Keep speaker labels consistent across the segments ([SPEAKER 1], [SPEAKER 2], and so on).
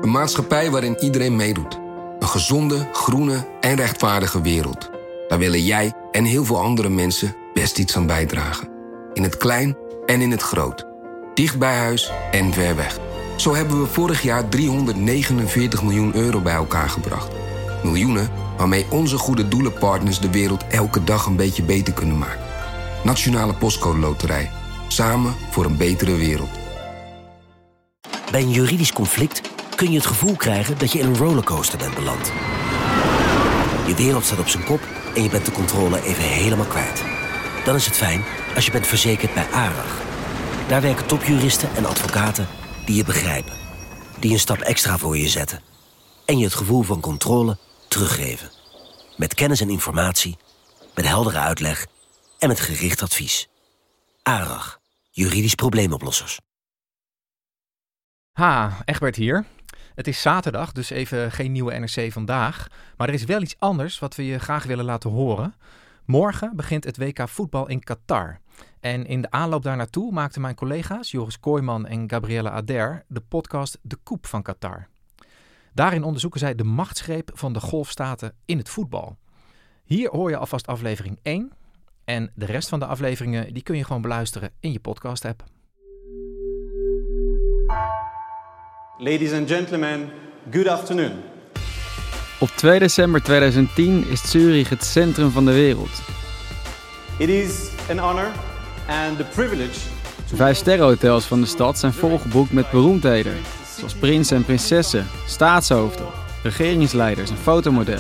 [SPEAKER 1] Een maatschappij waarin iedereen meedoet. Een gezonde, groene en rechtvaardige wereld. Daar willen jij en heel veel andere mensen best iets aan bijdragen. In het klein en in het groot. Dicht bij huis en ver weg. Zo hebben we vorig jaar 349 miljoen euro bij elkaar gebracht. Miljoenen waarmee onze goede doelenpartners de wereld elke dag een beetje beter kunnen maken. Nationale Postcode Loterij. Samen voor een betere wereld.
[SPEAKER 2] Bij een juridisch conflict kun je het gevoel krijgen dat je in een rollercoaster bent beland. Je wereld staat op zijn kop en je bent de controle even helemaal kwijt. Dan is het fijn als je bent verzekerd bij ARAG. Daar werken topjuristen en advocaten die je begrijpen. Die een stap extra voor je zetten. En je het gevoel van controle teruggeven. Met kennis en informatie, met heldere uitleg en met gericht advies. ARAG, juridisch probleemoplossers.
[SPEAKER 3] Egbert hier. Het is zaterdag, dus even geen nieuwe NRC vandaag. Maar er is wel iets anders wat we je graag willen laten horen. Morgen begint het WK voetbal in Qatar. En in de aanloop daar naartoe maakten mijn collega's Joris Kooijman en Gabrielle Ader de podcast De Coup van Qatar. Daarin onderzoeken zij de machtsgreep van de golfstaten in het voetbal. Hier hoor je alvast aflevering 1. En de rest van de afleveringen die kun je gewoon beluisteren in je podcast-app.
[SPEAKER 4] Ladies and gentlemen, good afternoon.
[SPEAKER 5] Op 2 december 2010 is Zurich het centrum van de wereld.
[SPEAKER 4] It is an honor and a privilege.
[SPEAKER 5] 5-sterrenhotels van de stad zijn volgeboekt met beroemdheden. Zoals prinsen en prinsessen, staatshoofden, regeringsleiders en fotomodellen.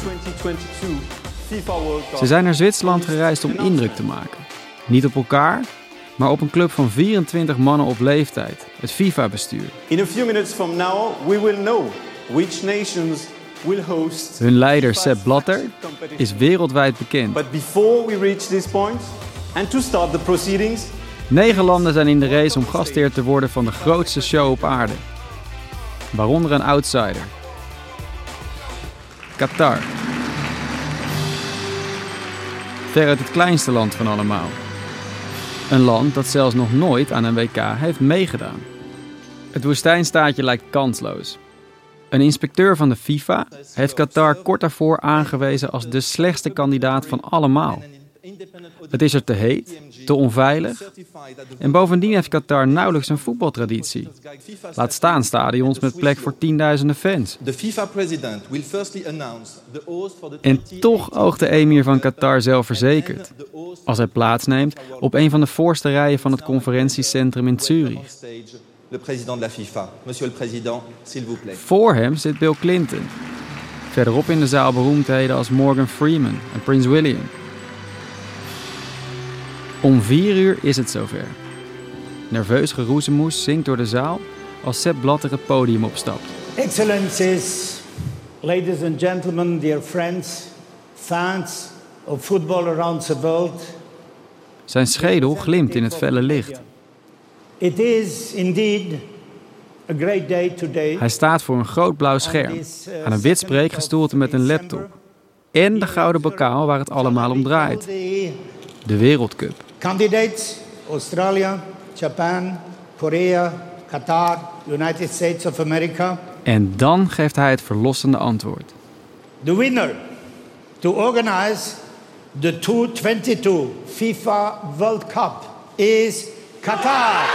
[SPEAKER 5] Ze zijn naar Zwitserland gereisd om indruk te maken. Niet op elkaar, maar op een club van 24 mannen op leeftijd, het FIFA-bestuur.
[SPEAKER 4] In a few minutes from now, we will know which nations will host.
[SPEAKER 5] Hun leider Sepp Blatter is wereldwijd bekend.
[SPEAKER 4] But before we reach this point and to start the proceedings,
[SPEAKER 5] 9 landen zijn in de race om gastheer te worden van de grootste show op aarde. Waaronder een outsider. Qatar. Veruit het kleinste land van allemaal. Een land dat zelfs nog nooit aan een WK heeft meegedaan. Het woestijnstaatje lijkt kansloos. Een inspecteur van de FIFA heeft Qatar kort daarvoor aangewezen als de slechtste kandidaat van allemaal. Het is er te heet, te onveilig en bovendien heeft Qatar nauwelijks een voetbaltraditie. Laat staan stadions met plek voor tienduizenden fans. En toch oogt de emir van Qatar zelfverzekerd, als hij plaatsneemt op een van de voorste rijen van het conferentiecentrum in Zurich. Voor hem zit Bill Clinton. Verderop in de zaal beroemdheden als Morgan Freeman en Prins William. Om 4 uur is het zover. Nerveus geroezemoes zinkt door de zaal als Sepp Blatter het podium opstapt.
[SPEAKER 6] Excellencies, ladies and gentlemen, dear friends, fans of football around the world.
[SPEAKER 5] Zijn schedel glimt in het felle licht.
[SPEAKER 6] It is indeed a great day today.
[SPEAKER 5] Hij staat voor een groot blauw scherm, aan een wit spreekgestoelte met een laptop. En de gouden bokaal waar het allemaal om draait. De Wereldcup.
[SPEAKER 6] Candidates: Australia, Japan, Korea, Qatar, United States of America.
[SPEAKER 5] En dan geeft hij het verlossende antwoord.
[SPEAKER 6] The winner to organize the 2022 FIFA World Cup is Qatar.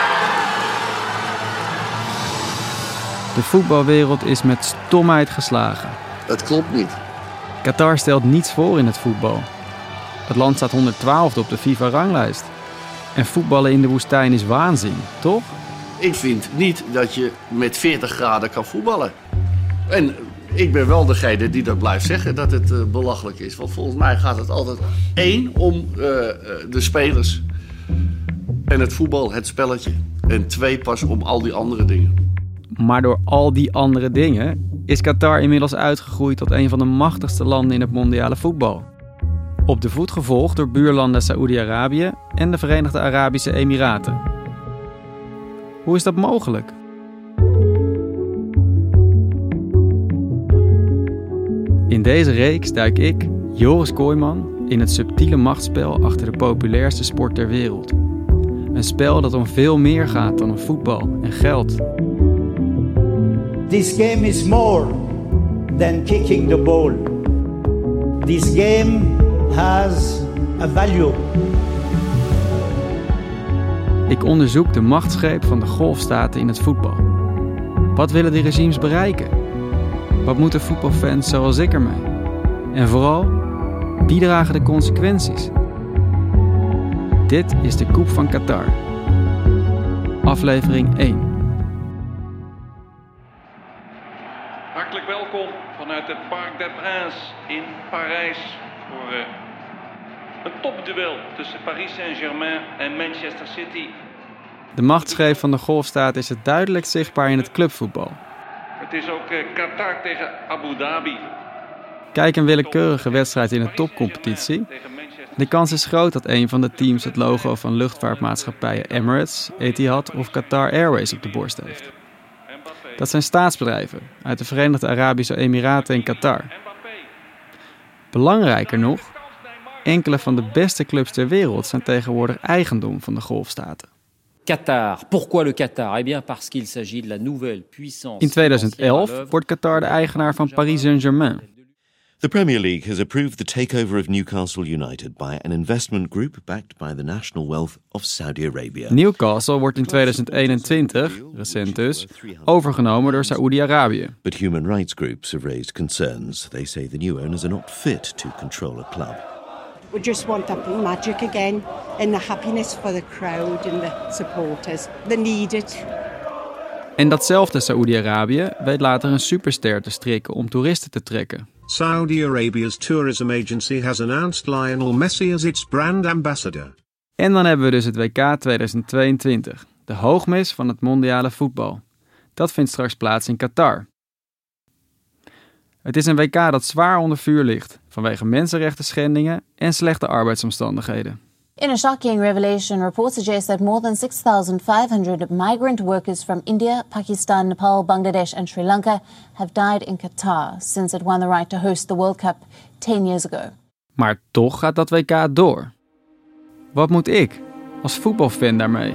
[SPEAKER 5] De voetbalwereld is met stomheid geslagen.
[SPEAKER 7] Het klopt niet.
[SPEAKER 5] Qatar stelt niets voor in het voetbal. Het land staat 112e op de FIFA-ranglijst. En voetballen in de woestijn is waanzin, toch?
[SPEAKER 7] Ik vind niet dat je met 40 graden kan voetballen. En ik ben wel degene die dat blijft zeggen, dat het belachelijk is. Want volgens mij gaat het altijd 1 om de spelers en het voetbal, het spelletje. En 2 pas om al die andere dingen.
[SPEAKER 5] Maar door al die andere dingen is Qatar inmiddels uitgegroeid tot een van de machtigste landen in het mondiale voetbal. Op de voet gevolgd door buurlanden Saoedi-Arabië en de Verenigde Arabische Emiraten. Hoe is dat mogelijk? In deze reeks duik ik, Joris Kooijman, in het subtiele machtsspel achter de populairste sport ter wereld. Een spel dat om veel meer gaat dan om voetbal en geld.
[SPEAKER 6] This game is more than kicking the ball. This game has a value.
[SPEAKER 5] Ik onderzoek de machtsgreep van de golfstaten in het voetbal. Wat willen die regimes bereiken? Wat moeten voetbalfans zoals ik ermee? En vooral, wie dragen de consequenties? Dit is de Coupe van Qatar. Aflevering 1.
[SPEAKER 8] Hartelijk welkom vanuit het Parc des Princes in Parijs voor een topduel tussen Paris Saint-Germain en Manchester City.
[SPEAKER 5] De machtsgreep van de golfstaat is het duidelijk zichtbaar in het clubvoetbal.
[SPEAKER 8] Het is ook Qatar tegen Abu Dhabi.
[SPEAKER 5] Kijk een willekeurige wedstrijd in een topcompetitie. De kans is groot dat een van de teams het logo van luchtvaartmaatschappijen Emirates, Etihad of Qatar Airways op de borst heeft. Dat zijn staatsbedrijven uit de Verenigde Arabische Emiraten en Qatar. Belangrijker nog, enkele van de beste clubs ter wereld zijn tegenwoordig eigendom van de golfstaten.
[SPEAKER 9] Qatar. Pourquoi le Qatar? Eh bien parce qu'il s'agit de la nouvelle puissance.
[SPEAKER 5] In 2011 wordt Qatar de eigenaar van Paris Saint-Germain.
[SPEAKER 10] The Premier League has approved the takeover of Newcastle United by an investment group backed by the national wealth of Saudi Arabia.
[SPEAKER 5] Newcastle wordt in 2021, recent dus, overgenomen door Saoedi-Arabië.
[SPEAKER 10] But human rights groups have raised concerns. They say the new owners are not fit to control a club.
[SPEAKER 11] We just want that magic again and the happiness for the crowd and the supporters. They need it.
[SPEAKER 5] En datzelfde Saoedi-Arabië weet later een superster te strikken om toeristen te trekken.
[SPEAKER 12] Saudi Arabia's tourism agency has announced Lionel Messi as its brand ambassador.
[SPEAKER 5] En dan hebben we dus het WK 2022, de hoogmis van het mondiale voetbal. Dat vindt straks plaats in Qatar. Het is een WK dat zwaar onder vuur ligt, vanwege mensenrechten schendingen en slechte arbeidsomstandigheden.
[SPEAKER 13] In a shocking revelation, reports suggest that more than 6,500 migrant workers from India, Pakistan, Nepal, Bangladesh and Sri Lanka have died in Qatar since it won the right to host the World Cup 10 years ago.
[SPEAKER 5] Maar toch gaat dat WK door. Wat moet ik als voetbalfan daarmee?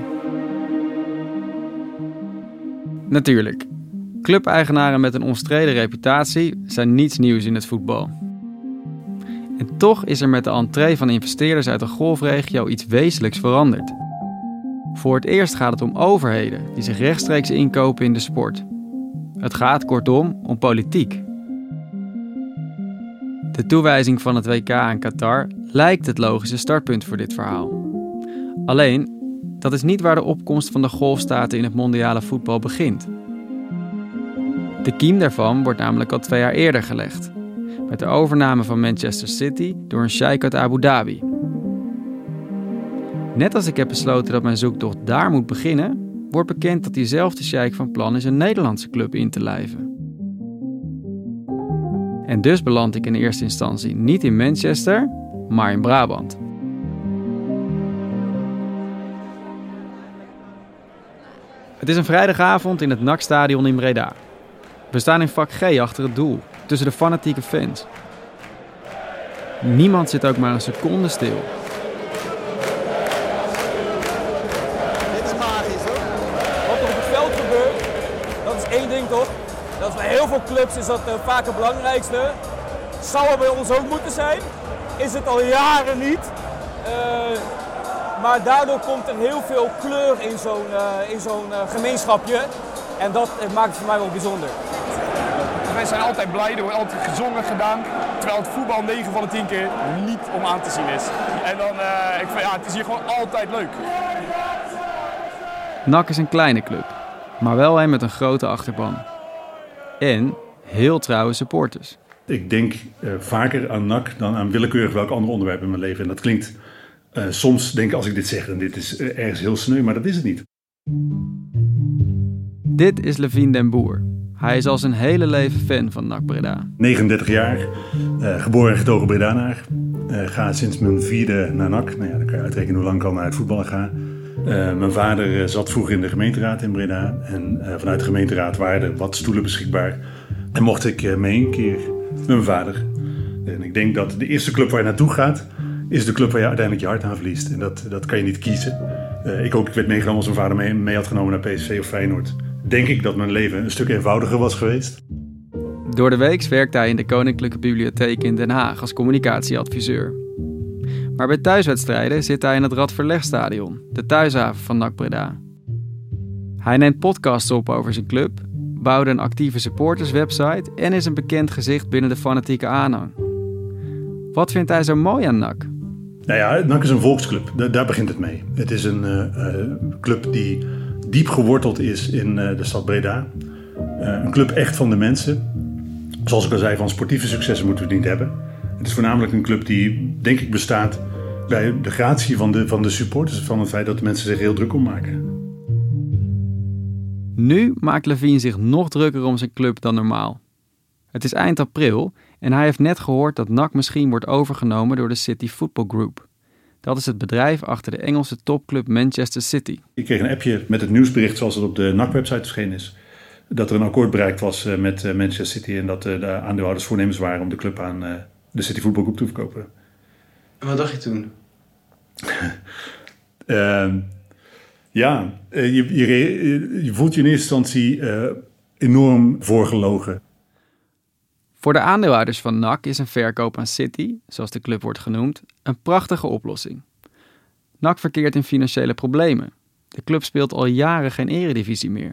[SPEAKER 5] Natuurlijk, clubeigenaren met een omstreden reputatie zijn niets nieuws in het voetbal. En toch is er met de entree van investeerders uit de golfregio iets wezenlijks veranderd. Voor het eerst gaat het om overheden die zich rechtstreeks inkopen in de sport. Het gaat kortom om politiek. De toewijzing van het WK aan Qatar lijkt het logische startpunt voor dit verhaal. Alleen, dat is niet waar de opkomst van de golfstaten in het mondiale voetbal begint. De kiem daarvan wordt namelijk al 2 jaar eerder gelegd, met de overname van Manchester City door een sheik uit Abu Dhabi. Net als ik heb besloten dat mijn zoektocht daar moet beginnen, wordt bekend dat diezelfde sheik van plan is een Nederlandse club in te lijven. En dus beland ik in eerste instantie niet in Manchester, maar in Brabant. Het is een vrijdagavond in het NAC-stadion in Breda. We staan in vak G achter het doel, tussen de fanatieke fans. Niemand zit ook maar een seconde stil.
[SPEAKER 14] Dit is magisch hoor. Wat er op het veld gebeurt, dat is één ding toch? Dat is bij heel veel clubs is dat vaak het belangrijkste. Zou er bij ons ook moeten zijn. Is het al jaren niet. Maar daardoor komt er heel veel kleur in zo'n gemeenschapje. En dat maakt het voor mij wel bijzonder.
[SPEAKER 15] Wij zijn altijd blij, er wordt altijd gezongen gedaan. Terwijl het voetbal 9 van de 10 keer niet om aan te zien is. En dan, het is hier gewoon altijd leuk.
[SPEAKER 5] NAC is een kleine club, maar wel een met een grote achterban. En heel trouwe supporters.
[SPEAKER 16] Ik denk vaker aan NAC dan aan willekeurig welk ander onderwerp in mijn leven. En dat klinkt soms, denk ik als ik dit zeg, en dit is ergens heel sneu, maar dat is het niet.
[SPEAKER 5] Dit is Levine den Boer. Hij is al zijn hele leven fan van NAC Breda.
[SPEAKER 16] 39 jaar, geboren en getogen Bredanaar. Ga sinds mijn 4e naar NAC. Nou ja, dan kan je uitrekenen hoe lang ik al naar het voetballen ga. Mijn vader zat vroeger in de gemeenteraad in Breda. En vanuit de gemeenteraad waren er wat stoelen beschikbaar. En mocht ik mee een keer met mijn vader. En ik denk dat de eerste club waar je naartoe gaat, is de club waar je uiteindelijk je hart aan verliest. En dat kan je niet kiezen. Ik werd meegenomen als mijn vader mee had genomen naar PSV of Feyenoord. denk ik dat mijn leven een stuk eenvoudiger was geweest.
[SPEAKER 5] Door de week werkt hij in de Koninklijke Bibliotheek in Den Haag als communicatieadviseur. Maar bij thuiswedstrijden zit hij in het Radverlegstadion, de thuishaven van NAC Breda. Hij neemt podcasts op over zijn club, bouwde een actieve supporterswebsite en is een bekend gezicht binnen de fanatieke aanhang. Wat vindt hij zo mooi aan NAC?
[SPEAKER 16] Nou ja, NAC is een volksclub. Daar begint het mee. Het is een club die diep geworteld is in de stad Breda. Een club echt van de mensen. Zoals ik al zei, van sportieve successen moeten we het niet hebben. Het is voornamelijk een club die, denk ik, bestaat bij de gratie van de supporters. Van het feit dat de mensen zich heel druk om maken.
[SPEAKER 5] Nu maakt Levine zich nog drukker om zijn club dan normaal. Het is eind april en hij heeft net gehoord dat NAC misschien wordt overgenomen door de City Football Group. Dat is het bedrijf achter de Engelse topclub Manchester City.
[SPEAKER 16] Ik kreeg een appje met het nieuwsbericht zoals het op de NAC-website verschenen is. Dat er een akkoord bereikt was met Manchester City en dat de aandeelhouders voornemens waren om de club aan de City Football Group te verkopen.
[SPEAKER 17] En wat dacht je toen?
[SPEAKER 16] Je voelt je in eerste instantie enorm voorgelogen.
[SPEAKER 5] Voor de aandeelhouders van NAC is een verkoop aan City, zoals de club wordt genoemd, een prachtige oplossing. NAC verkeert in financiële problemen. De club speelt al jaren geen eredivisie meer.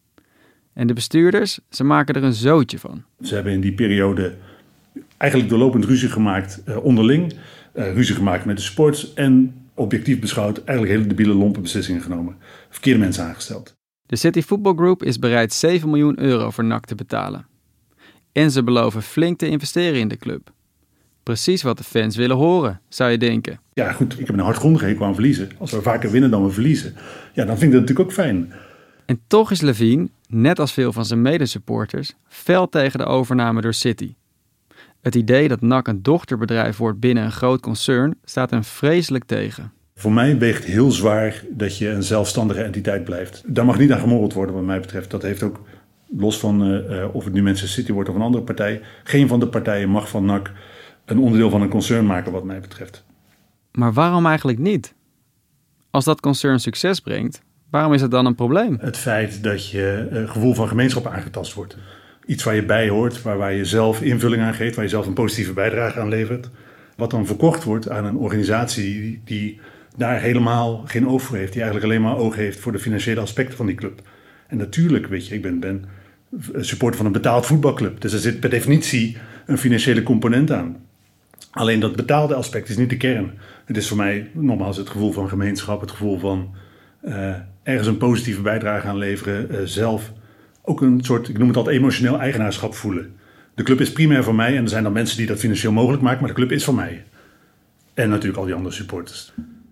[SPEAKER 5] En de bestuurders, ze maken er een zootje van.
[SPEAKER 16] Ze hebben in die periode eigenlijk doorlopend ruzie gemaakt onderling. Ruzie gemaakt met de sports en objectief beschouwd eigenlijk hele debiele lompe beslissingen genomen. Verkeerde mensen aangesteld.
[SPEAKER 5] De City Football Group is bereid 7 miljoen euro voor NAC te betalen. En ze beloven flink te investeren in de club. Precies wat de fans willen horen, zou je denken.
[SPEAKER 16] Ja goed, ik heb een hardgrondige hekel aan verliezen. Als we vaker winnen dan we verliezen, ja, dan vind ik dat natuurlijk ook fijn.
[SPEAKER 5] En toch is Levine, net als veel van zijn medesupporters, fel tegen de overname door City. Het idee dat NAC een dochterbedrijf wordt binnen een groot concern staat hem vreselijk tegen.
[SPEAKER 16] Voor mij weegt heel zwaar dat je een zelfstandige entiteit blijft. Daar mag niet aan gemorreld worden wat mij betreft. Dat heeft ook, los van of het nu Manchester City wordt of een andere partij, geen van de partijen mag van NAC een onderdeel van een concern maken wat mij betreft.
[SPEAKER 5] Maar waarom eigenlijk niet? Als dat concern succes brengt, waarom is het dan een probleem?
[SPEAKER 16] Het feit dat je gevoel van gemeenschap aangetast wordt. Iets waar je bij hoort, waar je zelf invulling aan geeft, waar je zelf een positieve bijdrage aan levert. Wat dan verkocht wordt aan een organisatie die daar helemaal geen oog voor heeft. Die eigenlijk alleen maar oog heeft voor de financiële aspecten van die club. En natuurlijk, weet je, ik ben supporter van een betaald voetbalclub. Dus er zit per definitie een financiële component aan. Alleen dat betaalde aspect is niet de kern. Het is voor mij nogmaals het gevoel van gemeenschap, het gevoel van ergens een positieve bijdrage aan leveren, zelf ook een soort, ik noem het altijd, emotioneel eigenaarschap voelen. De club is primair voor mij en er zijn dan mensen die dat financieel mogelijk maken, maar de club is van mij. En natuurlijk al die andere supporters.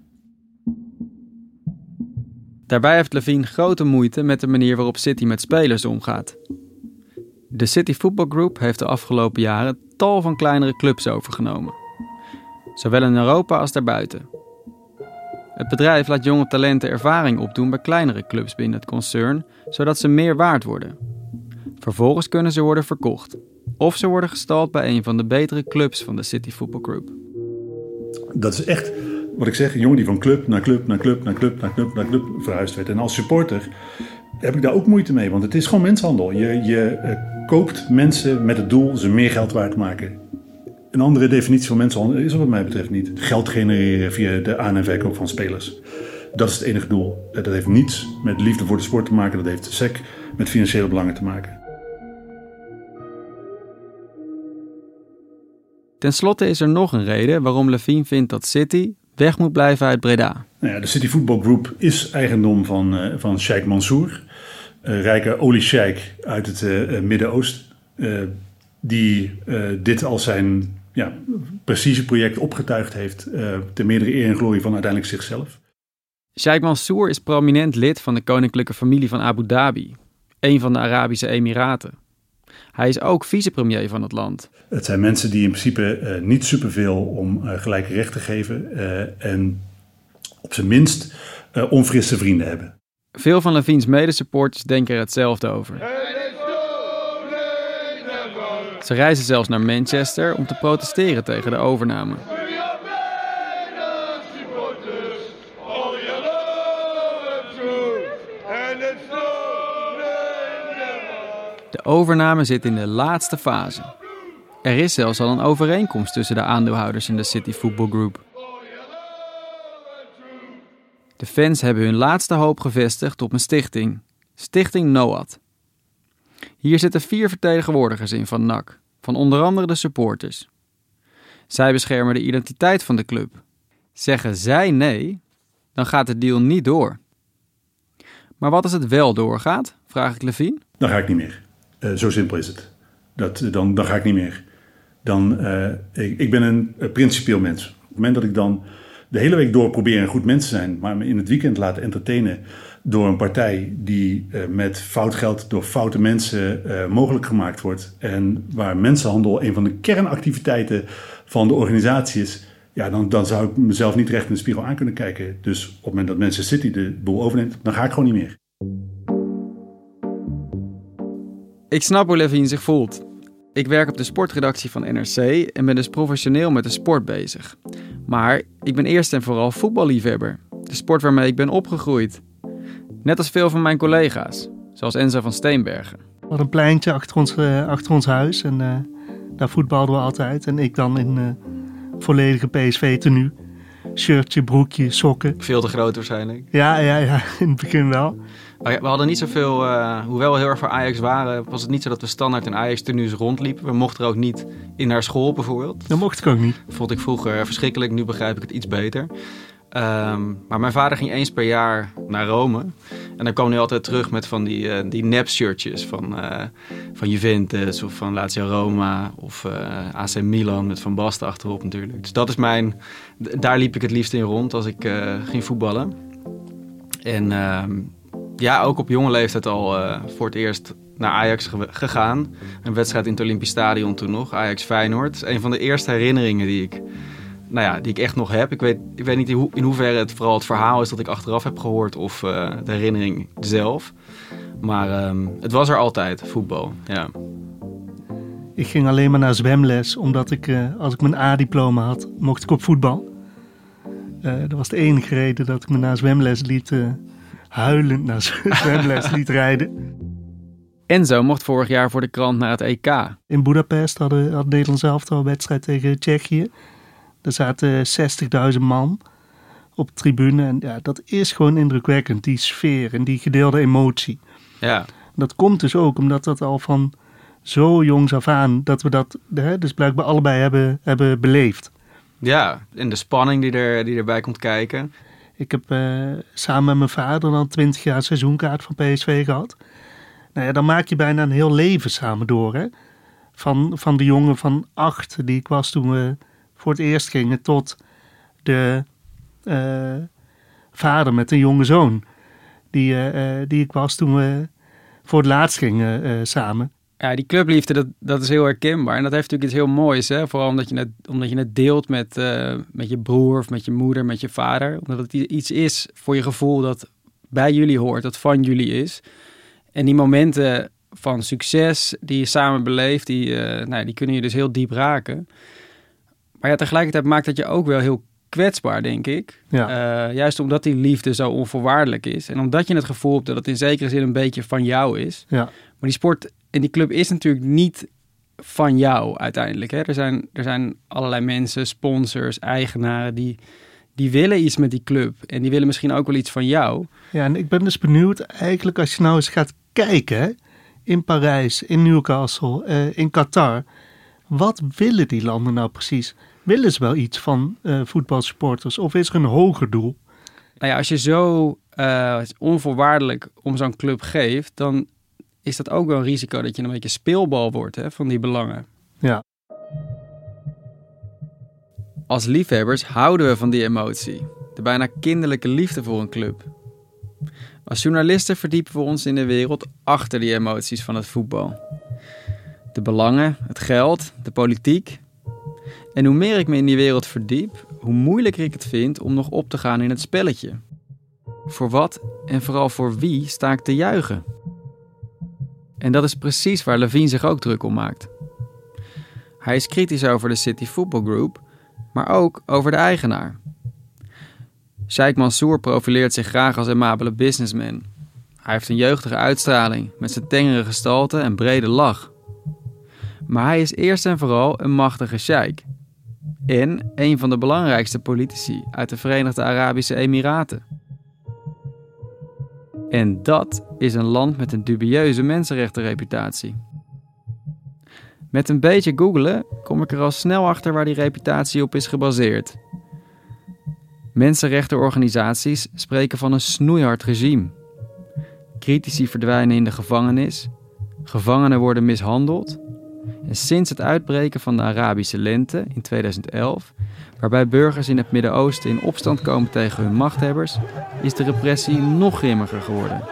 [SPEAKER 5] Daarbij heeft Levine grote moeite met de manier waarop City met spelers omgaat. De City Football Group heeft de afgelopen jaren tal van kleinere clubs overgenomen. Zowel in Europa als daarbuiten. Het bedrijf laat jonge talenten ervaring opdoen bij kleinere clubs binnen het concern, zodat ze meer waard worden. Vervolgens kunnen ze worden verkocht. Of ze worden gestald bij een van de betere clubs van de City Football Group.
[SPEAKER 16] Dat is echt, wat ik zeg, een jongen die van club naar club naar club naar club naar club naar club verhuisd werd. En als supporter heb ik daar ook moeite mee, want het is gewoon mensenhandel. Je koopt mensen met het doel ze meer geld waard te maken. Een andere definitie van mensenhandel is er wat mij betreft niet. Geld genereren via de aan- en verkoop van spelers. Dat is het enige doel. Dat heeft niets met liefde voor de sport te maken. Dat heeft sec met financiële belangen te maken.
[SPEAKER 5] Ten slotte is er nog een reden waarom Levine vindt dat City weg moet blijven uit Breda.
[SPEAKER 16] Nou ja, de City Football Group is eigendom van Sheikh Mansour. Rijke oliesheik uit het Midden-Oosten. Die dit als zijn preciseproject opgetuigd heeft ten meerdere eer en glorie van uiteindelijk zichzelf.
[SPEAKER 5] Sheikh Mansour is prominent lid van de koninklijke familie van Abu Dhabi, een van de Arabische Emiraten. Hij is ook vicepremier van het land.
[SPEAKER 16] Het zijn mensen die in principe niet superveel om gelijke rechten geven en op zijn minst onfrisse vrienden hebben.
[SPEAKER 5] Veel van Levine's medesupporters denken er hetzelfde over. Ze reizen zelfs naar Manchester om te protesteren tegen de overname. De overname zit in de laatste fase. Er is zelfs al een overeenkomst tussen de aandeelhouders in de City Football Group. De fans hebben hun laatste hoop gevestigd op een stichting. Stichting NOAD. Hier zitten 4 vertegenwoordigers in van NAC, van onder andere de supporters. Zij beschermen de identiteit van de club. Zeggen zij nee, dan gaat de deal niet door. Maar wat als het wel doorgaat, vraag ik Levine.
[SPEAKER 16] Dan ga ik niet meer. Zo simpel is het. Dan ga ik niet meer. Ik ben een principieel mens. Op het moment dat ik dan de hele week door probeer een goed mens te zijn, maar me in het weekend laat entertainen door een partij die met fout geld door foute mensen mogelijk gemaakt wordt en waar mensenhandel een van de kernactiviteiten van de organisatie is, ja, dan zou ik mezelf niet recht in de spiegel aan kunnen kijken. Dus op het moment dat Manchester City de boel overneemt, dan ga ik gewoon niet meer.
[SPEAKER 5] Ik snap hoe Levine zich voelt. Ik werk op de sportredactie van NRC en ben dus professioneel met de sport bezig. Maar ik ben eerst en vooral voetballiefhebber. De sport waarmee ik ben opgegroeid. Net als veel van mijn collega's, zoals Enzo van Steenbergen.
[SPEAKER 18] We hadden een pleintje achter ons huis en daar voetbalden we altijd. En ik dan in volledige PSV-tenue. Shirtje, broekje, sokken.
[SPEAKER 5] Veel te groot waarschijnlijk.
[SPEAKER 18] Ja, in het begin wel.
[SPEAKER 5] We hadden niet zoveel, hoewel we heel erg voor Ajax waren, was het niet zo dat we standaard in Ajax-tenues rondliepen. We mochten er ook niet in naar school bijvoorbeeld.
[SPEAKER 18] Dat mocht ik ook niet.
[SPEAKER 5] Dat vond ik vroeger verschrikkelijk, nu begrijp ik het iets beter. Maar mijn vader ging eens per jaar naar Rome. En dan kwam hij altijd terug met van die nep-shirtjes van Juventus of van Lazio Roma of AC Milan met Van Basten achterop natuurlijk. Dus dat is daar liep ik het liefst in rond als ik ging voetballen. En ook op jonge leeftijd al voor het eerst naar Ajax gegaan. Een wedstrijd in het Olympisch Stadion toen nog, Ajax-Feyenoord. Een van de eerste herinneringen die ik echt nog heb. Ik weet niet in hoeverre het vooral het verhaal is dat ik achteraf heb gehoord of de herinnering zelf. Maar het was er altijd, voetbal. Ja.
[SPEAKER 18] Ik ging alleen maar naar zwemles, omdat als ik mijn A-diploma had, mocht ik op voetbal. Dat was de enige reden dat ik me naar zwemles huilend naar zwemles liet rijden.
[SPEAKER 5] Enzo mocht vorig jaar voor de krant naar het EK.
[SPEAKER 18] In Budapest had Nederland zelf al een wedstrijd tegen Tsjechië. Er zaten 60.000 man op de tribune. En ja, dat is gewoon indrukwekkend, die sfeer en die gedeelde emotie.
[SPEAKER 5] Ja.
[SPEAKER 18] Dat komt dus ook omdat dat al van zo jongs af aan, dat we dat dus blijkbaar allebei hebben beleefd.
[SPEAKER 5] Ja, en de spanning die erbij komt kijken.
[SPEAKER 18] Ik heb samen met mijn vader dan 20 jaar seizoenkaart van PSV gehad. Nou ja, dan maak je bijna een heel leven samen door. Hè? Van de jongen van 8 die ik was toen we voor het eerst gingen, tot de vader met een jonge zoon. Die ik was toen we voor het laatst gingen samen.
[SPEAKER 5] Ja, die clubliefde, dat is heel herkenbaar. En dat heeft natuurlijk iets heel moois. Hè? Vooral omdat je het deelt met je broer of met je moeder, met je vader. Omdat het iets is voor je gevoel dat bij jullie hoort, dat van jullie is. En die momenten van succes die je samen beleeft, die kunnen je dus heel diep raken. Maar ja, tegelijkertijd maakt dat je ook wel heel kwetsbaar, denk ik.
[SPEAKER 18] Ja.
[SPEAKER 5] Juist omdat die liefde zo onvoorwaardelijk is. En omdat je het gevoel hebt dat het in zekere zin een beetje van jou is.
[SPEAKER 18] Ja.
[SPEAKER 5] Maar die sport en die club is natuurlijk niet van jou uiteindelijk. Hè? Er zijn allerlei mensen, sponsors, eigenaren die willen iets met die club. En die willen misschien ook wel iets van jou.
[SPEAKER 18] Ja, en ik ben dus benieuwd eigenlijk als je nou eens gaat kijken, hè, in Parijs, in Newcastle, in Qatar. Wat willen die landen nou precies? Willen ze wel iets van voetbalsupporters of is er een hoger doel?
[SPEAKER 5] Nou ja, als je zo onvoorwaardelijk om zo'n club geeft, dan is dat ook wel een risico dat je een beetje speelbal wordt, hè, van die belangen.
[SPEAKER 18] Ja.
[SPEAKER 5] Als liefhebbers houden we van die emotie. De bijna kinderlijke liefde voor een club. Als journalisten verdiepen we ons in de wereld achter die emoties van het voetbal. De belangen, het geld, de politiek. En hoe meer ik me in die wereld verdiep, hoe moeilijker ik het vind om nog op te gaan in het spelletje. Voor wat en vooral voor wie sta ik te juichen? En dat is precies waar Levine zich ook druk om maakt. Hij is kritisch over de City Football Group, maar ook over de eigenaar. Sheikh Mansour profileert zich graag als amabele businessman. Hij heeft een jeugdige uitstraling met zijn tengere gestalte en brede lach. Maar hij is eerst en vooral een machtige sheik. En een van de belangrijkste politici uit de Verenigde Arabische Emiraten. En dat is een land met een dubieuze mensenrechtenreputatie. Met een beetje googlen kom ik er al snel achter waar die reputatie op is gebaseerd. Mensenrechtenorganisaties spreken van een snoeihard regime. Critici verdwijnen in de gevangenis, gevangenen worden mishandeld. En sinds het uitbreken van de Arabische Lente in 2011, waarbij burgers in het Midden-Oosten in opstand komen tegen hun machthebbers, is de repressie nog grimmiger geworden.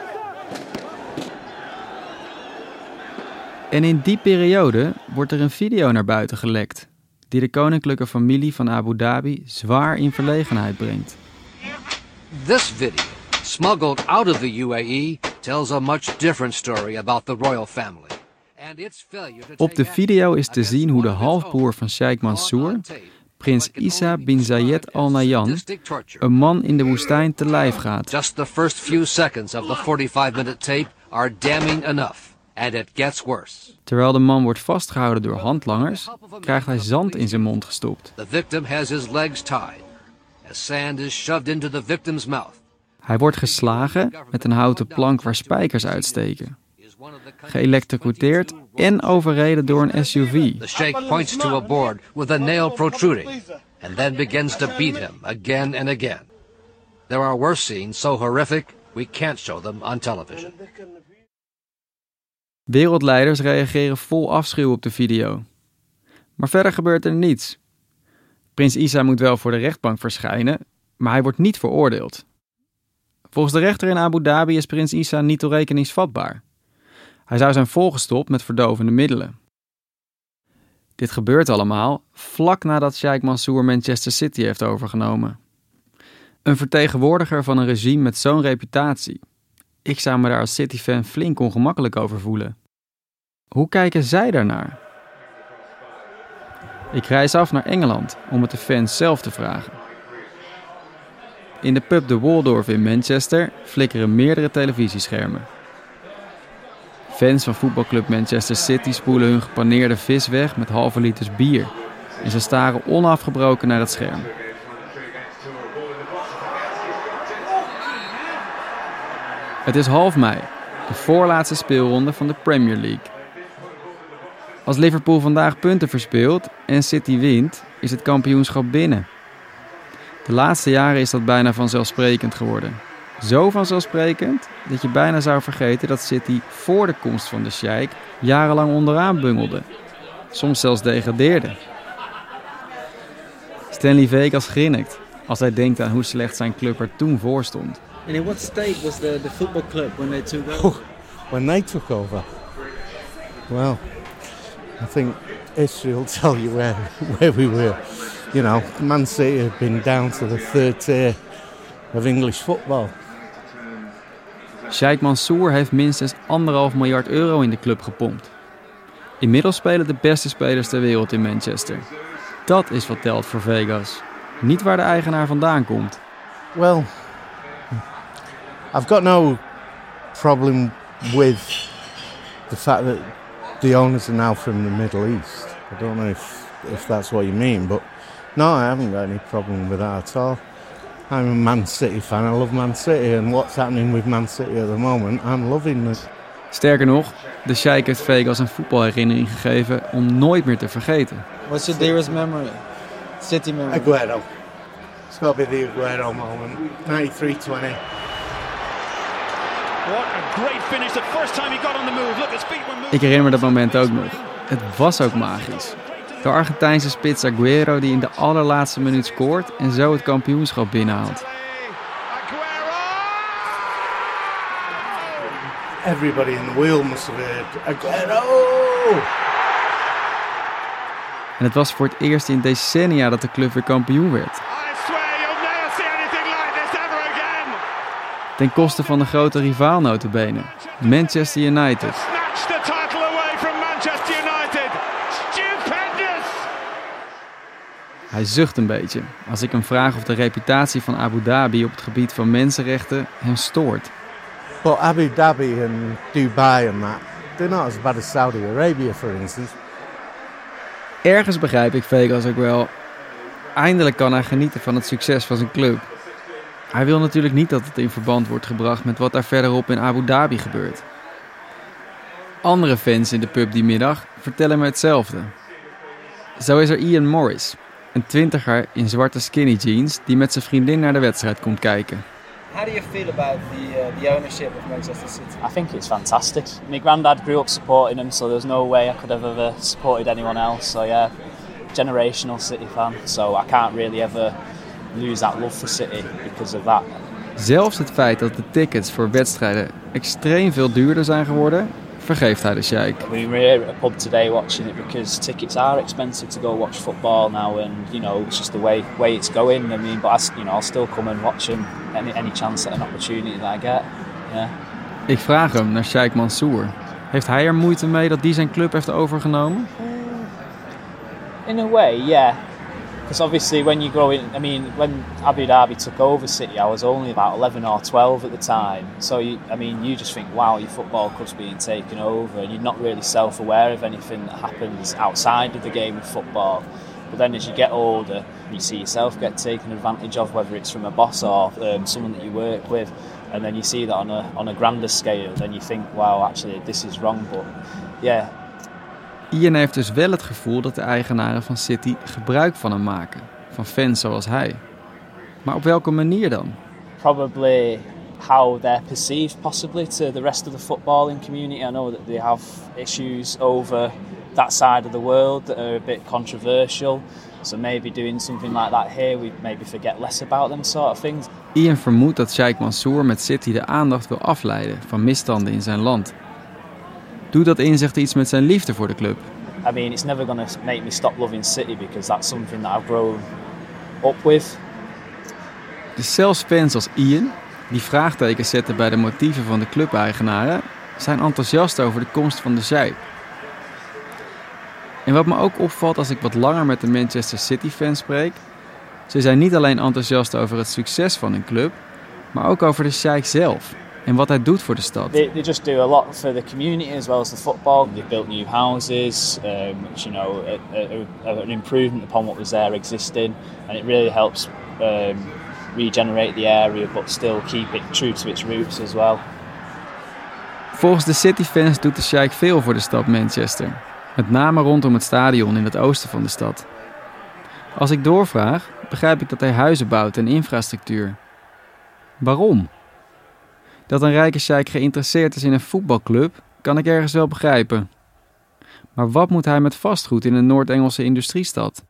[SPEAKER 5] En in die periode wordt er een video naar buiten gelekt, die de koninklijke familie van Abu Dhabi zwaar in verlegenheid brengt.
[SPEAKER 19] This video, smuggled out of the UAE, tells a much different story about the royal family.
[SPEAKER 5] Op de video is te zien hoe de halfbroer van Sheikh Mansour, prins Issa bin Zayed Al Nahyan, een man in de woestijn te lijf gaat.
[SPEAKER 19] Just the first few seconds of the 45-minute tape are damning enough, and it gets worse.
[SPEAKER 5] Terwijl de man wordt vastgehouden door handlangers, krijgt hij zand in zijn mond gestopt.
[SPEAKER 19] The victim has his legs tied, as sand is shoved into the victim's mouth.
[SPEAKER 5] Hij wordt geslagen met een houten plank waar spijkers uitsteken. Geëlectrocuteerd en overreden door een SUV.
[SPEAKER 19] The sheikh points to a board with a nail protruding and then begins to beat him again and again. There are worse scenes so horrific we can't show them on television.
[SPEAKER 5] Wereldleiders reageren vol afschuw op de video. Maar verder gebeurt er niets. Prins Issa moet wel voor de rechtbank verschijnen, maar hij wordt niet veroordeeld. Volgens de rechter in Abu Dhabi is prins Issa niet toerekeningsvatbaar. Hij zou zijn volgestopt met verdovende middelen. Dit gebeurt allemaal vlak nadat Sheikh Mansour Manchester City heeft overgenomen. Een vertegenwoordiger van een regime met zo'n reputatie. Ik zou me daar als City-fan flink ongemakkelijk over voelen. Hoe kijken zij daarnaar? Ik reis af naar Engeland om het de fans zelf te vragen. In de pub de Waldorf in Manchester flikkeren meerdere televisieschermen. Fans van voetbalclub Manchester City spoelen hun gepaneerde vis weg met halve liters bier. En ze staren onafgebroken naar het scherm. Het is half mei, de voorlaatste speelronde van de Premier League. Als Liverpool vandaag punten verspeelt en City wint, is het kampioenschap binnen. De laatste jaren is dat bijna vanzelfsprekend geworden. Zo vanzelfsprekend dat je bijna zou vergeten dat City voor de komst van de Sheikh jarenlang onderaan bungelde. Soms zelfs degradeerde. Stanley Vegas grinnikt als hij denkt aan hoe slecht zijn club er toen voor stond.
[SPEAKER 20] And in what state was the football club when they took over?
[SPEAKER 21] When they took over? Well, I think history will tell you where we were. You know, Man City had been down to the third tier of English football.
[SPEAKER 5] Sheikh Mansour heeft minstens €1,5 miljard in de club gepompt. Inmiddels spelen de beste spelers ter wereld in Manchester. Dat is wat telt voor Vegas. Niet waar de eigenaar vandaan komt.
[SPEAKER 21] Well, I've got no problem with the fact that the owners are now from the Middle East. I don't know if that's what you mean, but no, I haven't got any problem with that at all. I'm a Man City fan. I love Man City, and what's happening with Man City at the moment, I'm loving it.
[SPEAKER 5] Sterker nog, de Sheikh heeft Vegas een voetbalherinnering gegeven om nooit meer te vergeten.
[SPEAKER 20] What's your dearest memory? City memory?
[SPEAKER 21] Aguero. It's got to be the Aguero moment. 93-20.
[SPEAKER 22] What a great finish. The first time he got on the move. Look, his feet were moving.
[SPEAKER 5] Ik herinner me dat moment ook nog. Het was ook magisch. De Argentijnse spits Aguero die in de allerlaatste minuut scoort en zo het kampioenschap binnenhaalt.
[SPEAKER 21] Everybody in the wheel must have heard Aguero!
[SPEAKER 5] En het was voor het eerst in decennia dat de club weer kampioen werd. Ten koste van de grote rivaal nota bene, Manchester United. Hij zucht een beetje als ik hem vraag of de reputatie van Abu Dhabi op het gebied van mensenrechten hem stoort.
[SPEAKER 21] But Abu Dhabi and Dubai and that, they're not as bad as Saudi Arabia, for instance.
[SPEAKER 5] Ergens begrijp ik Vegas ook wel. Eindelijk kan hij genieten van het succes van zijn club. Hij wil natuurlijk niet dat het in verband wordt gebracht met wat daar verderop in Abu Dhabi gebeurt. Andere fans in de pub die middag vertellen me hetzelfde. Zo is er Ian Morris, een 20er in zwarte skinny jeans die met zijn vriendin naar de wedstrijd komt kijken.
[SPEAKER 1] How do you feel about the ownership of Manchester City? I think it's fantastic. My granddad grew up supporting them, so there's no way I could have ever supported anyone else. So yeah, generational City fan. So I can't really ever lose that love for City because of that.
[SPEAKER 5] Zelfs het feit dat de tickets voor wedstrijden extreem veel duurder zijn geworden, vergeeft hij de sheik.
[SPEAKER 1] We were here at a pub today watching it because tickets are expensive to go watch football now, and you know it's just the way it's going. I mean, but I'll still come and watch them any chance at an opportunity that I get. Yeah.
[SPEAKER 5] Ik vraag hem naar Sheikh Mansour. Heeft hij er moeite mee dat die zijn club heeft overgenomen?
[SPEAKER 1] In a way, yeah. Because obviously when you grow in, I mean, when Abu Dhabi took over City, I was only about 11 or 12 at the time. So, you just think, wow, your football club's being taken over, and you're not really self-aware of anything that happens outside of the game of football. But then as you get older, you see yourself get taken advantage of, whether it's from a boss or someone that you work with, and then you see that on a grander scale, then you think, wow, actually this is wrong, but yeah.
[SPEAKER 5] Ian heeft dus wel het gevoel dat de eigenaren van City gebruik van hem maken, van fans zoals hij. Maar op welke manier dan?
[SPEAKER 1] Probably how they're perceived possibly to the rest of the footballing community. I know that they have issues over that side of the world that are a bit controversial. So maybe doing something like that here, we maybe forget less about them sort of things.
[SPEAKER 5] Ian vermoedt dat Sheikh Mansour met City de aandacht wil afleiden van misstanden in zijn land. Doet dat inzicht iets met zijn liefde voor de club?
[SPEAKER 1] I mean, it's never going to make me stop loving City because that's something that I've grown up with.
[SPEAKER 5] Dus zelfs fans als Ian, die vraagtekens zetten bij de motieven van de clubeigenaren, zijn enthousiast over de komst van de sheik. En wat me ook opvalt als ik wat langer met de Manchester City fans spreek, ze zijn niet alleen enthousiast over het succes van hun club, maar ook over de sheik zelf. En wat hij doet voor de stad.
[SPEAKER 1] They just do a lot for the community as well as the football. They built new houses, which are an improvement upon what was there existing, and it really helps regenerate the area, but still keep it true to its roots as well.
[SPEAKER 5] Volgens de City-fans doet de sheik veel voor de stad Manchester, met name rondom het stadion in het oosten van de stad. Als ik doorvraag, begrijp ik dat hij huizen bouwt en infrastructuur. Waarom? Dat een rijke sheik geïnteresseerd is in een voetbalclub, kan ik ergens wel begrijpen. Maar wat moet hij met vastgoed in een Noord-Engelse industriestad?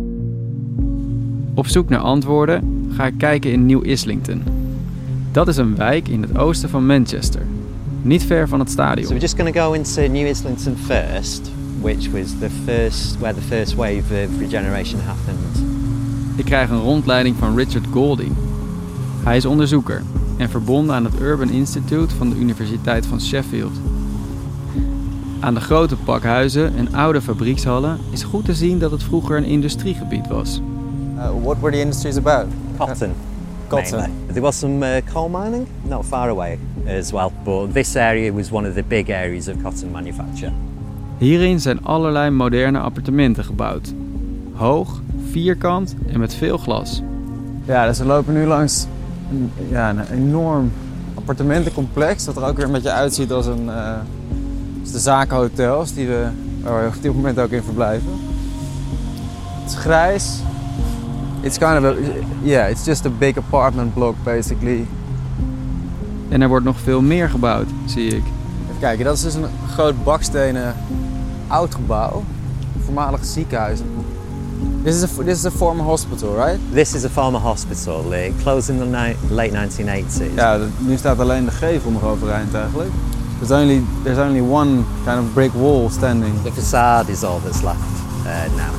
[SPEAKER 5] Op zoek naar antwoorden ga ik kijken in New Islington. Dat is een wijk in het oosten van Manchester, niet ver van het stadion.
[SPEAKER 2] So we're just going to go into New Islington first, which was where the first wave of regeneration happened.
[SPEAKER 5] Ik krijg een rondleiding van Richard Golding. Hij is onderzoeker en verbonden aan het Urban Institute van de Universiteit van Sheffield. Aan de grote pakhuizen en oude fabriekshallen is goed te zien dat het vroeger een industriegebied was.
[SPEAKER 2] What were the industries about? Cotton. Mainly. There was some coal mining, not far away as well, but this area was one of the big areas of cotton manufacture.
[SPEAKER 5] Hierin zijn allerlei moderne appartementen gebouwd. Hoog, vierkant en met veel glas.
[SPEAKER 23] Ja, dus we lopen nu langs een enorm appartementencomplex dat er ook weer een beetje uitziet als de zakenhotels waar we op dit moment ook in verblijven. Het is grijs. It's it's just a big apartment block basically.
[SPEAKER 5] En er wordt nog veel meer gebouwd, zie ik.
[SPEAKER 23] Even kijken, dat is dus een groot bakstenen oud gebouw, een voormalig ziekenhuis. This is a former hospital, right?
[SPEAKER 2] This is a former hospital. It closed in the late 1980s.
[SPEAKER 23] Ja, nu staat alleen de gevel nog overeind eigenlijk. There's only one kind of brick wall standing.
[SPEAKER 2] The facade is all that's left now.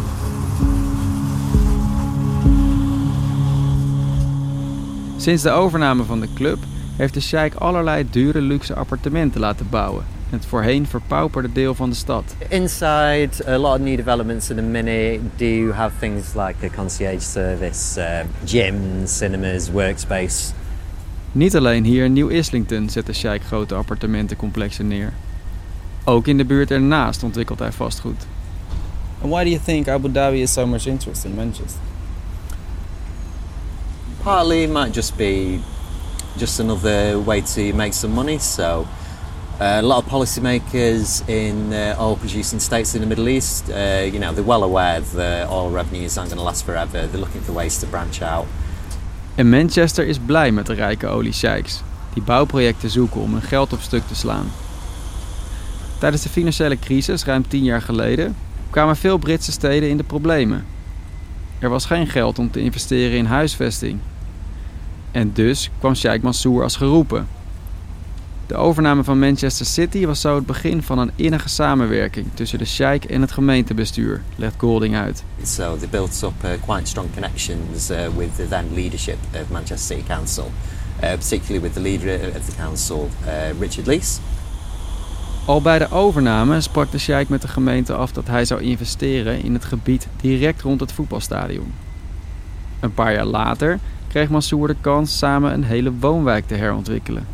[SPEAKER 5] Sinds de overname van de club heeft de sheik allerlei dure luxe appartementen laten bouwen. Het voorheen verpauperde deel van de stad.
[SPEAKER 2] Inside, a lot of new developments in a minute do have things like a concierge service, gyms, cinemas, workspace.
[SPEAKER 5] Niet alleen hier in Nieuw Islington zet de sheik grote appartementencomplexen neer. Ook in de buurt ernaast ontwikkelt hij vastgoed.
[SPEAKER 23] And why do you think Abu Dhabi is so much interested in Manchester?
[SPEAKER 2] Partly it might just be just another way to make some money. So a lot of policymakers in oil-producing states in the Middle East, they're well aware that oil revenues aren't going to last forever. They're looking for ways to branch out.
[SPEAKER 5] En Manchester is blij met de rijke oliesheiks, die bouwprojecten zoeken om hun geld op stuk te slaan. Tijdens de financiële crisis, ruim 10 jaar geleden, kwamen veel Britse steden in de problemen. Er was geen geld om te investeren in huisvesting. En dus kwam Sheikh Mansour als geroepen. De overname van Manchester City was zo het begin van een innige samenwerking tussen de sheikh en het gemeentebestuur, legt Golding uit.
[SPEAKER 2] So they built up quite strong connections with the then leadership of Manchester City Council, particularly with the leader of the council, Richard Leese.
[SPEAKER 5] Al bij de overname sprak de sheikh met de gemeente af dat hij zou investeren in het gebied direct rond het voetbalstadion. Een paar jaar later kreeg Mansour de kans samen een hele woonwijk te herontwikkelen.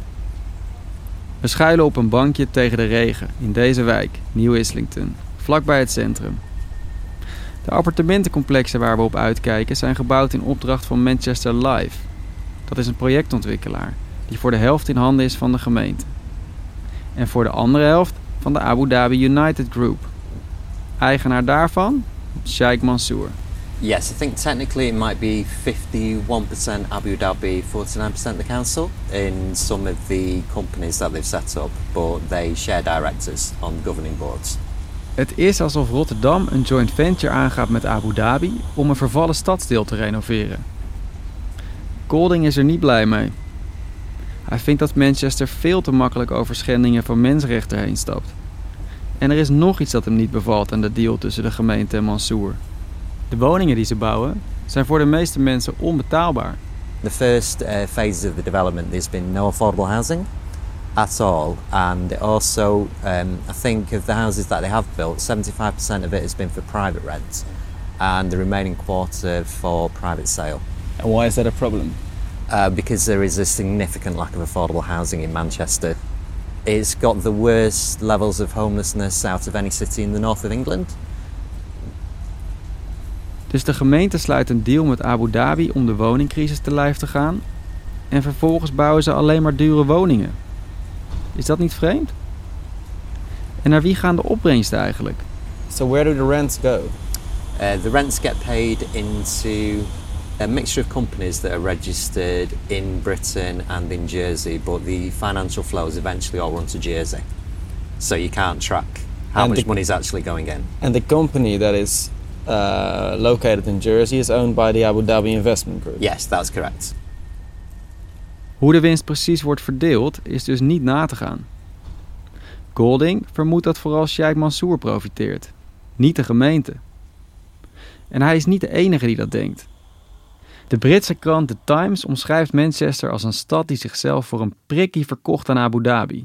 [SPEAKER 5] We schuilen op een bankje tegen de regen in deze wijk, Nieuw Islington, vlakbij het centrum. De appartementencomplexen waar we op uitkijken zijn gebouwd in opdracht van Manchester Life. Dat is een projectontwikkelaar die voor de helft in handen is van de gemeente. En voor de andere helft van de Abu Dhabi United Group. Eigenaar daarvan, Sheikh Mansour.
[SPEAKER 2] Yes, I think technically it might be 51% Abu Dhabi, 49% the council in some of the companies that they've set up, but they share directors on governing boards.
[SPEAKER 5] Het is alsof Rotterdam een joint venture aangaat met Abu Dhabi om een vervallen stadsdeel te renoveren. Golding is er niet blij mee. Hij vindt dat Manchester veel te makkelijk over schendingen van mensenrechten heen stapt. En er is nog iets dat hem niet bevalt aan de deal tussen de gemeente en Mansour. De woningen die ze bouwen zijn voor de meeste mensen onbetaalbaar.
[SPEAKER 2] The first phase of the development, there's been no affordable housing at all, and also I think of the houses that they have built, 75% of it has been for private rent and the remaining quarter for private sale.
[SPEAKER 23] And why is that a problem?
[SPEAKER 2] Because there is a significant lack of affordable housing in Manchester. It's got the worst levels of homelessness out of any city in the north of England.
[SPEAKER 5] Dus de gemeente sluit een deal met Abu Dhabi om de woningcrisis te lijf te gaan. En vervolgens bouwen ze alleen maar dure woningen. Is dat niet vreemd? En naar wie gaan de opbrengsten eigenlijk?
[SPEAKER 23] So where do the rents go?
[SPEAKER 2] The rents get paid into a mixture of companies that are registered in Britain and in Jersey, but the financial flows eventually all run to Jersey. So you can't track how much money is actually going in.
[SPEAKER 23] And the company that is located in Jersey is owned by the Abu Dhabi Investment Group.
[SPEAKER 2] Yes, that's correct.
[SPEAKER 5] Hoe de winst precies wordt verdeeld is dus niet na te gaan. Golding vermoedt dat vooral Sheikh Mansour profiteert, niet de gemeente. En hij is niet de enige die dat denkt. De Britse krant The Times omschrijft Manchester als een stad die zichzelf voor een prikkie verkocht aan Abu Dhabi.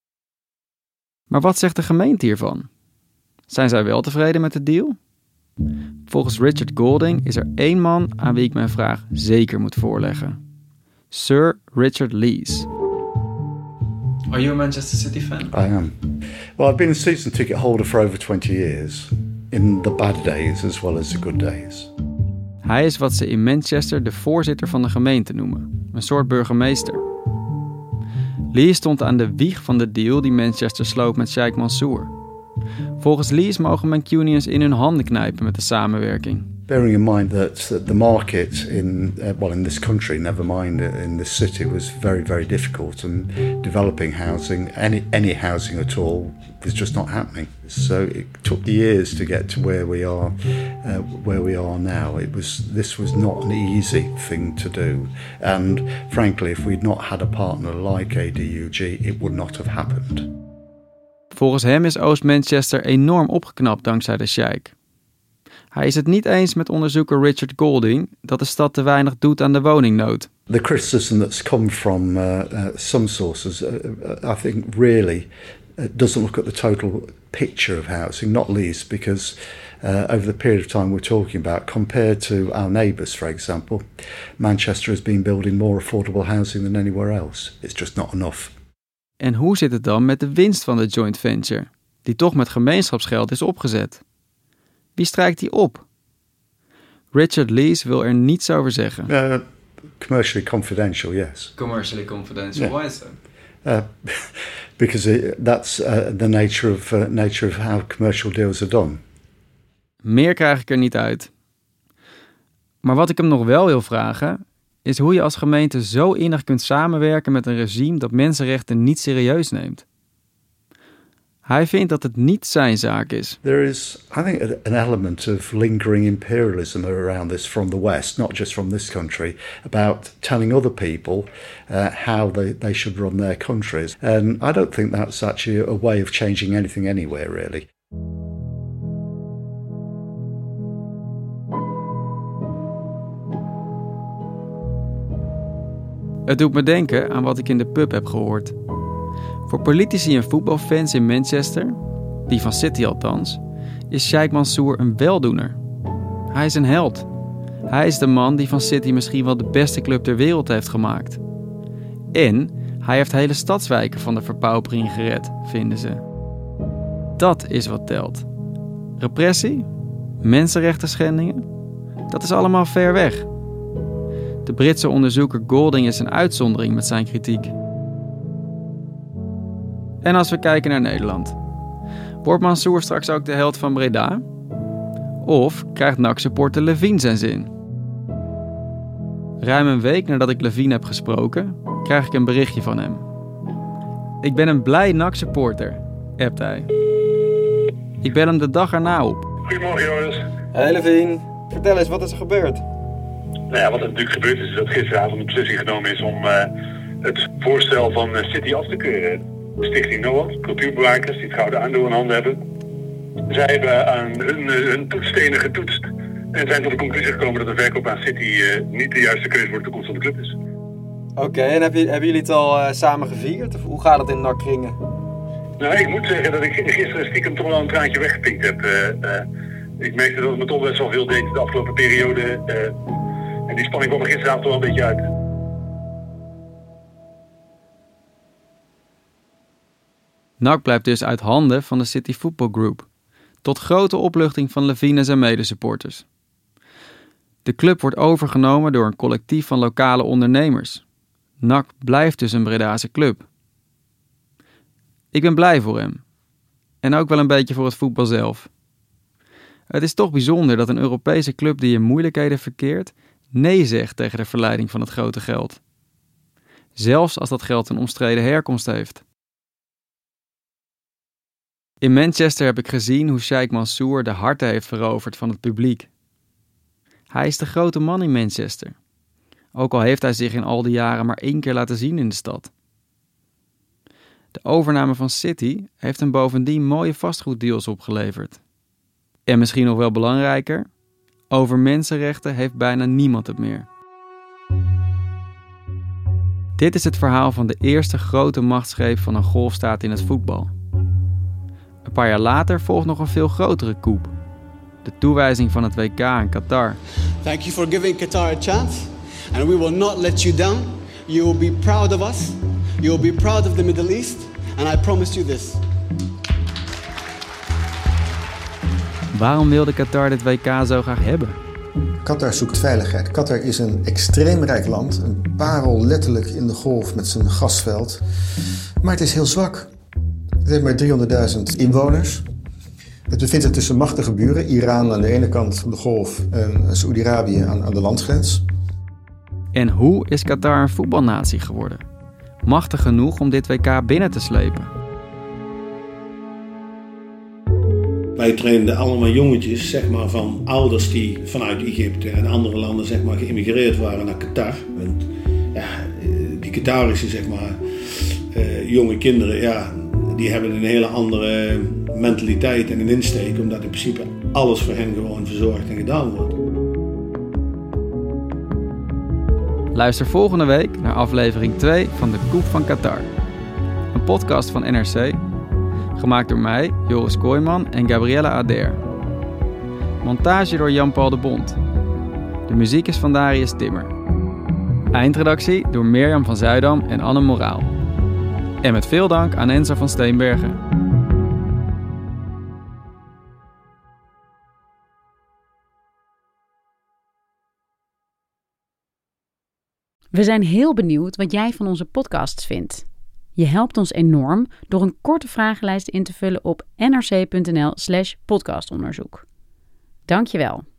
[SPEAKER 5] Maar wat zegt de gemeente hiervan? Zijn zij wel tevreden met de deal? Volgens Richard Golding is er één man aan wie ik mijn vraag zeker moet voorleggen. Sir Richard Leese.
[SPEAKER 23] Are you a Manchester City fan?
[SPEAKER 3] I am. Well, I've been a season ticket holder for over 20 years. In the bad days as well as the good days.
[SPEAKER 5] Hij is wat ze in Manchester de voorzitter van de gemeente noemen. Een soort burgemeester. Leese stond aan de wieg van de deal die Manchester sloot met Sheikh Mansour. Volgens Leese mogen Mancunians in hun handen knijpen met de samenwerking.
[SPEAKER 3] Bearing in mind that the market in this country, never mind in this city, was very, very difficult, and developing housing, any housing at all, was just not happening. So it took years to get to where we are now. This was not an easy thing to do, and frankly, if we'd not had a partner like ADUG, it would not have happened.
[SPEAKER 5] Volgens hem is Oost-Manchester enorm opgeknapt dankzij de sheikh. Hij is het niet eens met onderzoeker Richard Golding dat de stad te weinig doet aan de woningnood.
[SPEAKER 3] The criticism that's come from some sources, I think really doesn't look at the total picture of housing, not least because over the period of time we're talking about, compared to our neighbours, for example, Manchester has been building more affordable housing than anywhere else. It's just not enough.
[SPEAKER 5] En hoe zit het dan met de winst van de joint venture, die toch met gemeenschapsgeld is opgezet? Wie strijkt die op? Richard Lees wil er niets over zeggen.
[SPEAKER 3] Commercially confidential, yes.
[SPEAKER 5] Commercially confidential,
[SPEAKER 3] Yeah.
[SPEAKER 5] why is that?
[SPEAKER 3] Because that's the nature of how commercial deals are done.
[SPEAKER 5] Meer krijg ik er niet uit. Maar wat ik hem nog wel wil vragen, is hoe je als gemeente zo innig kunt samenwerken met een regime dat mensenrechten niet serieus neemt. Hij vindt dat het niet zijn zaak is.
[SPEAKER 3] There is, I think, an element of lingering imperialism around this from the West, not just from this country, about telling other people how they should run their countries. And I don't think that's actually a way of changing anything anywhere, really.
[SPEAKER 5] Het doet me denken aan wat ik in de pub heb gehoord. Voor politici en voetbalfans in Manchester, die van City althans, is Sheikh Mansour een weldoener. Hij is een held. Hij is de man die van City misschien wel de beste club ter wereld heeft gemaakt. En hij heeft hele stadswijken van de verpaupering gered, vinden ze. Dat is wat telt. Repressie, mensenrechten schendingen, dat is allemaal ver weg. De Britse onderzoeker Golding is een uitzondering met zijn kritiek. En als we kijken naar Nederland. Wordt Mansour straks ook de held van Breda? Of krijgt NAC-supporter Levine zijn zin? Ruim een week nadat ik Levine heb gesproken, krijg ik een berichtje van hem. Ik ben een blij NAC-supporter, appt hij. Ik bel hem de dag erna op.
[SPEAKER 4] Goedemorgen, Joris.
[SPEAKER 5] Hey Levine, vertel eens, wat is er gebeurd?
[SPEAKER 4] Nou ja, wat er natuurlijk gebeurd is dat gisteravond een beslissing genomen is om het voorstel van City af te keuren. De Stichting NOAD, cultuurbewakers die het gouden aandeel in handen hebben. Zij hebben aan hun toetsstenen getoetst en zijn tot de conclusie gekomen dat de verkoop aan City niet de juiste keuze voor de toekomst van de club is.
[SPEAKER 5] Oké, en hebben jullie het al samen gevierd? Of hoe gaat het in NAC-kringen?
[SPEAKER 4] Nou, ik moet zeggen dat ik gisteren stiekem toch wel een traantje weggepinkt heb. Ik merkte dat het me toch best wel veel deed de afgelopen periode. En die spanning kwam er gisteravond wel een beetje uit.
[SPEAKER 5] NAC blijft dus uit handen van de City Football Group. Tot grote opluchting van Levine en zijn medesupporters. De club wordt overgenomen door een collectief van lokale ondernemers. NAC blijft dus een Bredase club. Ik ben blij voor hem. En ook wel een beetje voor het voetbal zelf. Het is toch bijzonder dat een Europese club die in moeilijkheden verkeert nee zegt tegen de verleiding van het grote geld. Zelfs als dat geld een omstreden herkomst heeft. In Manchester heb ik gezien hoe Sheikh Mansour de harten heeft veroverd van het publiek. Hij is de grote man in Manchester. Ook al heeft hij zich in al die jaren maar 1 keer laten zien in de stad. De overname van City heeft hem bovendien mooie vastgoeddeals opgeleverd. En misschien nog wel belangrijker, over mensenrechten heeft bijna niemand het meer. Dit is het verhaal van de eerste grote machtsgreep van een golfstaat in het voetbal. Een paar jaar later volgt nog een veel grotere coup. De toewijzing van het WK aan Qatar.
[SPEAKER 6] Thank you for giving Qatar a chance. And we will not let you down. You will be proud of us. You will be proud of the Middle East. And I promise you this.
[SPEAKER 5] Waarom wilde Qatar dit WK zo graag hebben?
[SPEAKER 7] Qatar zoekt veiligheid. Qatar is een extreem rijk land. Een parel letterlijk in de golf met zijn gasveld. Maar het is heel zwak. Het heeft maar 300.000 inwoners. Het bevindt zich tussen machtige buren. Iran aan de ene kant van de golf en Saoedi-Arabië aan de landgrens.
[SPEAKER 5] En hoe is Qatar een voetbalnatie geworden? Machtig genoeg om dit WK binnen te slepen.
[SPEAKER 24] Wij trainden allemaal jongetjes zeg maar, van ouders die vanuit Egypte en andere landen zeg maar, geïmmigreerd waren naar Qatar. En, ja, die Qatarische zeg maar, jonge kinderen, ja, die hebben een hele andere mentaliteit en een insteek, omdat in principe alles voor hen gewoon verzorgd en gedaan wordt.
[SPEAKER 5] Luister volgende week naar aflevering 2 van De Coup van Qatar. Een podcast van NRC. Gemaakt door mij, Joris Kooijman en Gabriella Ader. Montage door Jan-Paul de Bond. De muziek is van Darius Timmer. Eindredactie door Mirjam van Zuidam en Anne Moraal. En met veel dank aan Enzo van Steenbergen.
[SPEAKER 8] We zijn heel benieuwd wat jij van onze podcasts vindt. Je helpt ons enorm door een korte vragenlijst in te vullen op nrc.nl/podcastonderzoek. Dank je wel.